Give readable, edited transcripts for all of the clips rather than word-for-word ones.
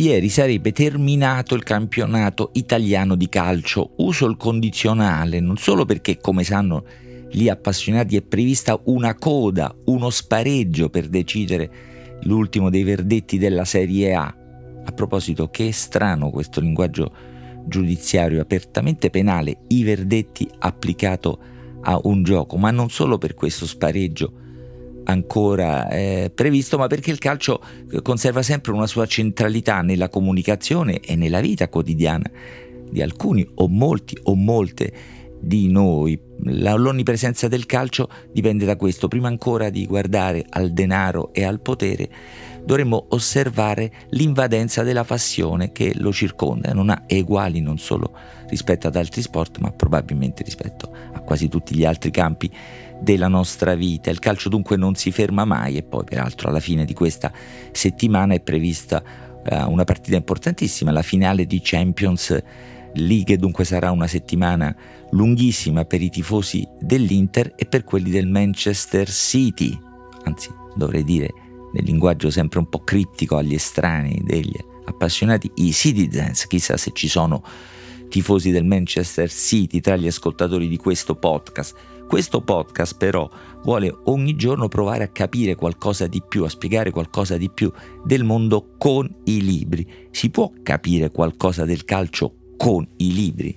ieri sarebbe terminato il campionato italiano di calcio. Uso il condizionale non solo perché, come sanno gli appassionati, è prevista una coda, uno spareggio per decidere l'ultimo dei verdetti della Serie A. A proposito, che strano questo linguaggio giudiziario apertamente penale, i verdetti applicato a un gioco, ma non solo per questo spareggio ancora previsto, ma perché il calcio conserva sempre una sua centralità nella comunicazione e nella vita quotidiana di alcuni o molti o molte di noi. L'onnipresenza del calcio dipende da questo. Prima ancora di guardare al denaro e al potere, dovremmo osservare l'invadenza della passione che lo circonda. Non ha eguali non solo rispetto ad altri sport, ma probabilmente rispetto a quasi tutti gli altri campi della nostra vita. Il calcio dunque non si ferma mai, e poi peraltro alla fine di questa settimana è prevista una partita importantissima, la finale di Champions League. Dunque sarà una settimana lunghissima per i tifosi dell'Inter e per quelli del Manchester City, anzi dovrei dire nel linguaggio sempre un po' criptico agli estranei, degli appassionati, i citizens. Chissà se ci sono tifosi del Manchester City tra gli ascoltatori di questo podcast. Questo podcast però vuole ogni giorno provare a capire qualcosa di più, a spiegare qualcosa di più del mondo con i libri. Si può capire qualcosa del calcio con i libri?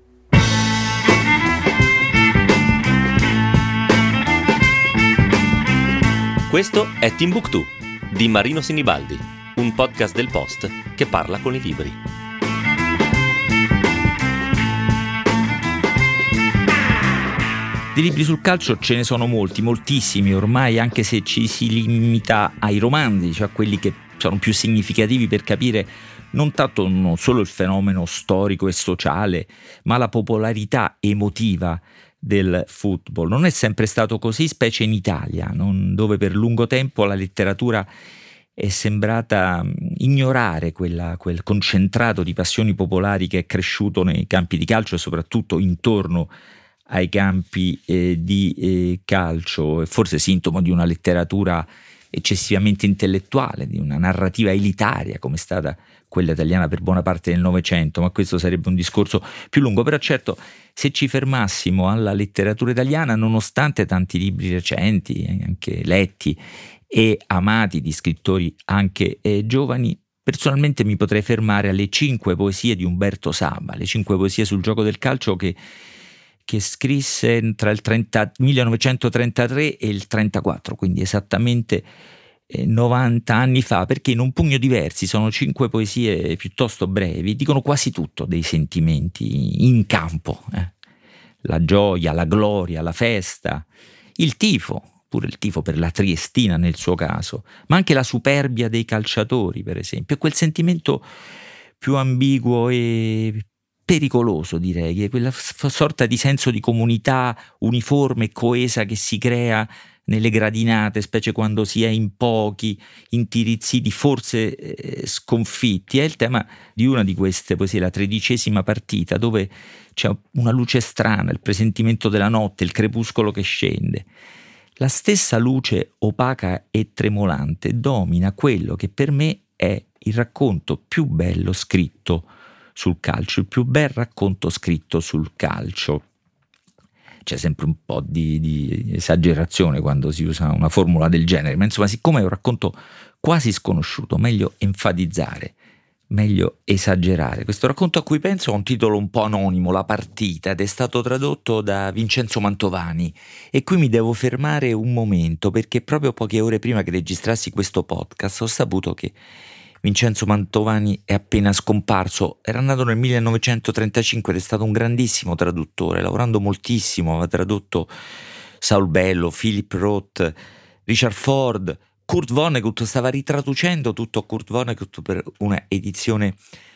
Questo è Timbuktu di Marino Sinibaldi, un podcast del Post che parla con i libri. Di libri sul calcio ce ne sono molti, moltissimi ormai, anche se ci si limita ai romanzi, cioè quelli che sono più significativi per capire non solo il fenomeno storico e sociale, ma la popolarità emotiva del football. Non è sempre stato così, specie in Italia, dove per lungo tempo la letteratura è sembrata ignorare quel concentrato di passioni popolari che è cresciuto nei campi di calcio e soprattutto intorno ai campi di calcio, forse sintomo di una letteratura eccessivamente intellettuale, di una narrativa elitaria come è stata quella italiana per buona parte del Novecento, ma questo sarebbe un discorso più lungo. Però certo, se ci fermassimo alla letteratura italiana, nonostante tanti libri recenti, anche letti e amati di scrittori anche giovani, personalmente mi potrei fermare alle 5 poesie di Umberto Saba, le 5 poesie sul gioco del calcio che scrisse tra il 1933 e il 34, quindi esattamente 90 anni fa, perché in un pugno di versi, sono 5 poesie piuttosto brevi, dicono quasi tutto dei sentimenti in campo, la gioia, la gloria, la festa, il tifo, pure il tifo per la Triestina nel suo caso, ma anche la superbia dei calciatori, per esempio, quel sentimento più ambiguo e pericoloso, direi, che è quella sorta di senso di comunità uniforme e coesa che si crea nelle gradinate, specie quando si è in pochi, intirizziti, forse sconfitti. È il tema di una di queste poesie, la 13ª partita, dove c'è una luce strana, il presentimento della notte, il crepuscolo che scende. La stessa luce opaca e tremolante domina quello che per me è il racconto più bello scritto sul calcio, il più bel racconto scritto sul calcio. C'è sempre un po' di esagerazione quando si usa una formula del genere, ma insomma, siccome è un racconto quasi sconosciuto, meglio enfatizzare, meglio esagerare. Questo racconto a cui penso ha un titolo un po' anonimo, La partita, ed è stato tradotto da Vincenzo Mantovani. E qui mi devo fermare un momento, perché proprio poche ore prima che registrassi questo podcast ho saputo che Vincenzo Mantovani è appena scomparso. Era nato nel 1935 ed è stato un grandissimo traduttore, lavorando moltissimo. Aveva tradotto Saul Bellow, Philip Roth, Richard Ford, Kurt Vonnegut. Stava ritraducendo tutto Kurt Vonnegut per una edizione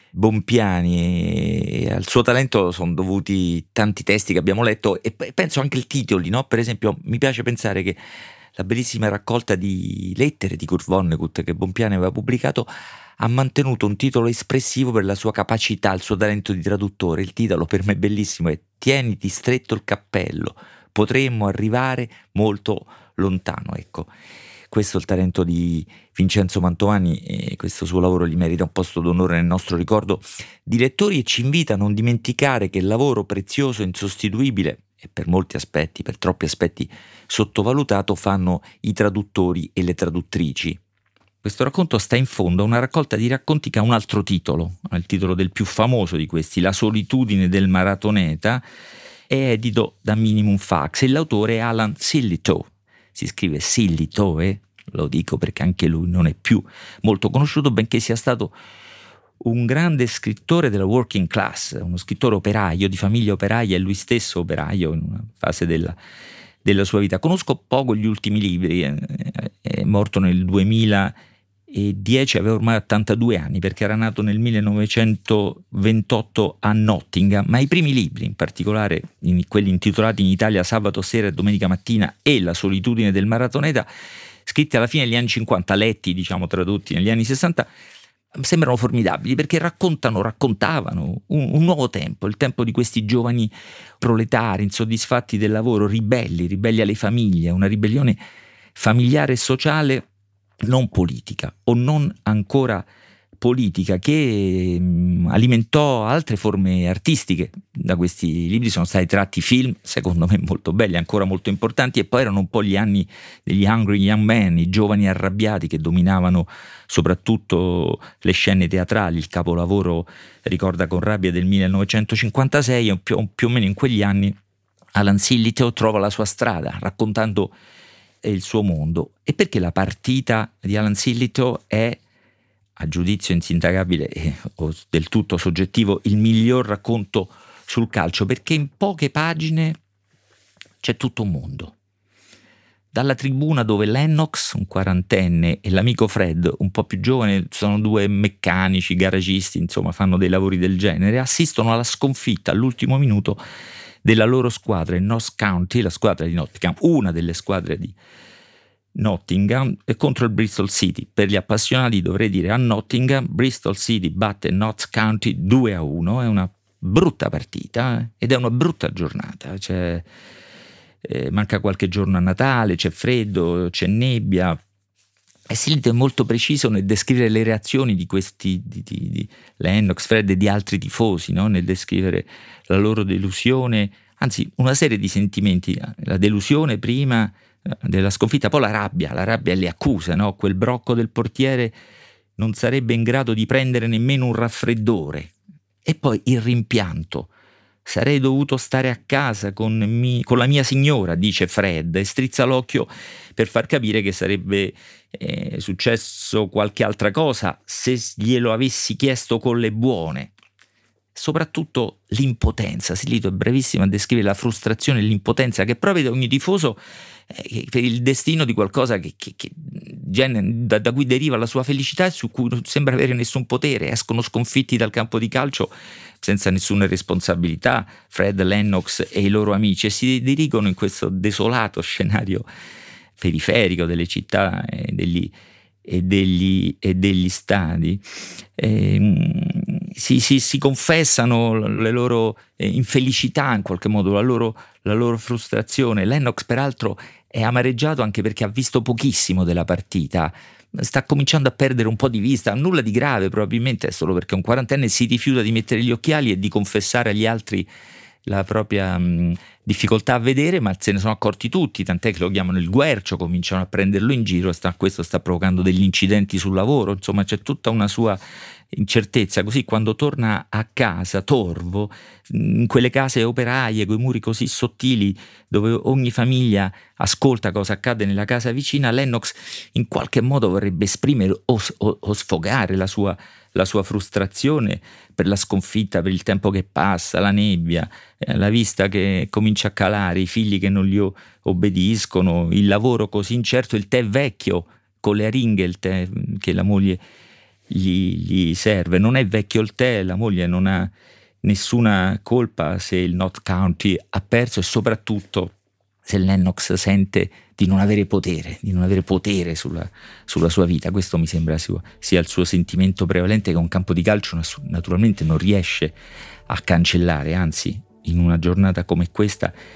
Bompiani, e al suo talento sono dovuti tanti testi che abbiamo letto, e penso anche i titoli, no? Per esempio, mi piace pensare che la bellissima raccolta di lettere di Kurt Vonnegut che Bompiani aveva pubblicato ha mantenuto un titolo espressivo per la sua capacità, il suo talento di traduttore. Il titolo per me è bellissimo, è Tieniti stretto il cappello, potremmo arrivare molto lontano. Ecco, Questo è il talento di Vincenzo Mantovani e questo suo lavoro gli merita un posto d'onore nel nostro ricordo di lettori e ci invita a non dimenticare che il lavoro prezioso e insostituibile e per molti aspetti, per troppi aspetti sottovalutato, fanno i traduttori e le traduttrici. Questo racconto sta in fondo a una raccolta di racconti che ha un altro titolo, il titolo del più famoso di questi, La solitudine del maratoneta, è edito da Minimum Fax e l'autore è Alan Sillitoe. Si scrive Sillitoe, lo dico perché anche lui non è più molto conosciuto, benché sia stato un grande scrittore della working class, uno scrittore operaio, di famiglia operaia, e lui stesso operaio in una fase della sua vita. Conosco poco gli ultimi libri, è morto nel 2010, aveva ormai 82 anni perché era nato nel 1928 a Nottingham, ma i primi libri, in particolare quelli intitolati in Italia Sabato sera e domenica mattina e La solitudine del maratoneta, scritti alla fine degli anni 50, letti, tradotti negli anni 60, sembrano formidabili perché raccontavano un nuovo tempo, il tempo di questi giovani proletari insoddisfatti del lavoro, ribelli alle famiglie, una ribellione familiare e sociale non politica o non ancora politica che alimentò altre forme artistiche. Da questi libri sono stati tratti film, secondo me molto belli, ancora molto importanti, e poi erano un po' gli anni degli Hungry Young Men, i giovani arrabbiati che dominavano soprattutto le scene teatrali. Il capolavoro, ricorda con rabbia, del 1956, e più o meno in quegli anni Alan Sillitoe trova la sua strada raccontando il suo mondo. E perché La partita di Alan Sillitoe è, a giudizio insindacabile o del tutto soggettivo, il miglior racconto sul calcio? Perché in poche pagine c'è tutto un mondo. Dalla tribuna dove Lennox, un quarantenne, e l'amico Fred, un po' più giovane, sono due meccanici, garagisti, insomma fanno dei lavori del genere, assistono alla sconfitta all'ultimo minuto della loro squadra, il Notts County, la squadra di Nottingham, una delle squadre di Nottingham, contro il Bristol City. Per gli appassionati dovrei dire: a Nottingham Bristol City batte Notts County 2-1. È una brutta partita ed è una brutta giornata. Manca qualche giorno a Natale, c'è freddo, c'è nebbia, e Sillitoe è molto preciso nel descrivere le reazioni di questi di Lennox, Fred e di altri tifosi, no? Nel descrivere la loro delusione, anzi una serie di sentimenti, la delusione prima della sconfitta, poi la rabbia e le accuse, no? Quel brocco del portiere non sarebbe in grado di prendere nemmeno un raffreddore, e poi il rimpianto: sarei dovuto stare a casa con la mia signora, dice Fred, e strizza l'occhio per far capire che sarebbe successo qualche altra cosa se glielo avessi chiesto con le buone. Soprattutto l'impotenza. Sillitoe è brevissimo a descrivere la frustrazione e l'impotenza che prova ogni tifoso per il destino di qualcosa da cui deriva la sua felicità e su cui non sembra avere nessun potere. Escono sconfitti dal campo di calcio senza nessuna responsabilità, Fred, Lennox e i loro amici, e si dirigono in questo desolato scenario periferico delle città e degli stadi. Si confessano le loro infelicità, in qualche modo la loro frustrazione. Lennox peraltro è amareggiato anche perché ha visto pochissimo della partita, sta cominciando a perdere un po' di vista. Nulla di grave, probabilmente è solo perché un quarantenne si rifiuta di mettere gli occhiali e di confessare agli altri la propria difficoltà a vedere, ma se ne sono accorti tutti, tant'è che lo chiamano il guercio, cominciano a prenderlo in giro, questo sta provocando degli incidenti sul lavoro, insomma c'è tutta una sua incertezza. Così quando torna a casa torvo, in quelle case operaie coi muri così sottili dove ogni famiglia ascolta cosa accade nella casa vicina, Lennox in qualche modo vorrebbe esprimere o sfogare la sua frustrazione per la sconfitta, per il tempo che passa, la nebbia, la vista che comincia a calare, i figli che non gli obbediscono, il lavoro così incerto, il tè vecchio con le aringhe, il tè che la moglie gli serve. Non è vecchio il tè, la moglie non ha nessuna colpa se il Notts County ha perso, e soprattutto se Lennox sente di non avere potere sulla sua vita. Questo mi sembra sia il suo sentimento prevalente, che un campo di calcio naturalmente non riesce a cancellare. Anzi, in una giornata come questa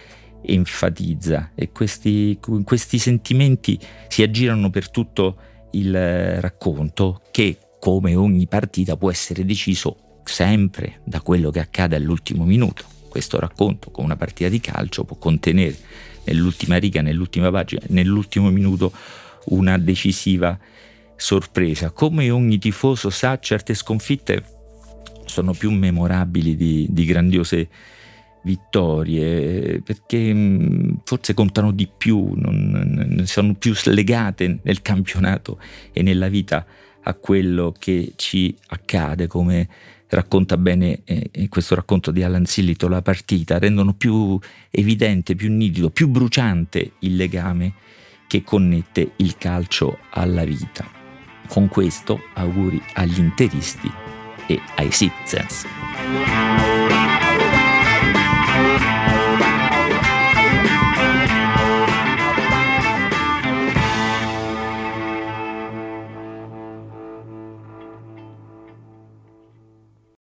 enfatizza, e questi sentimenti si aggirano per tutto il racconto, che come ogni partita può essere deciso sempre da quello che accade all'ultimo minuto. Questo racconto, come una partita di calcio, può contenere nell'ultima riga, nell'ultima pagina, nell'ultimo minuto una decisiva sorpresa. Come ogni tifoso sa, certe sconfitte sono più memorabili di grandiose vittorie, perché forse contano di più, non sono più slegate nel campionato e nella vita a quello che ci accade, come racconta bene in questo racconto di Alan Sillitoe La partita, rendono più evidente, più nitido, più bruciante il legame che connette il calcio alla vita. Con questo auguri agli interisti e ai Citizens.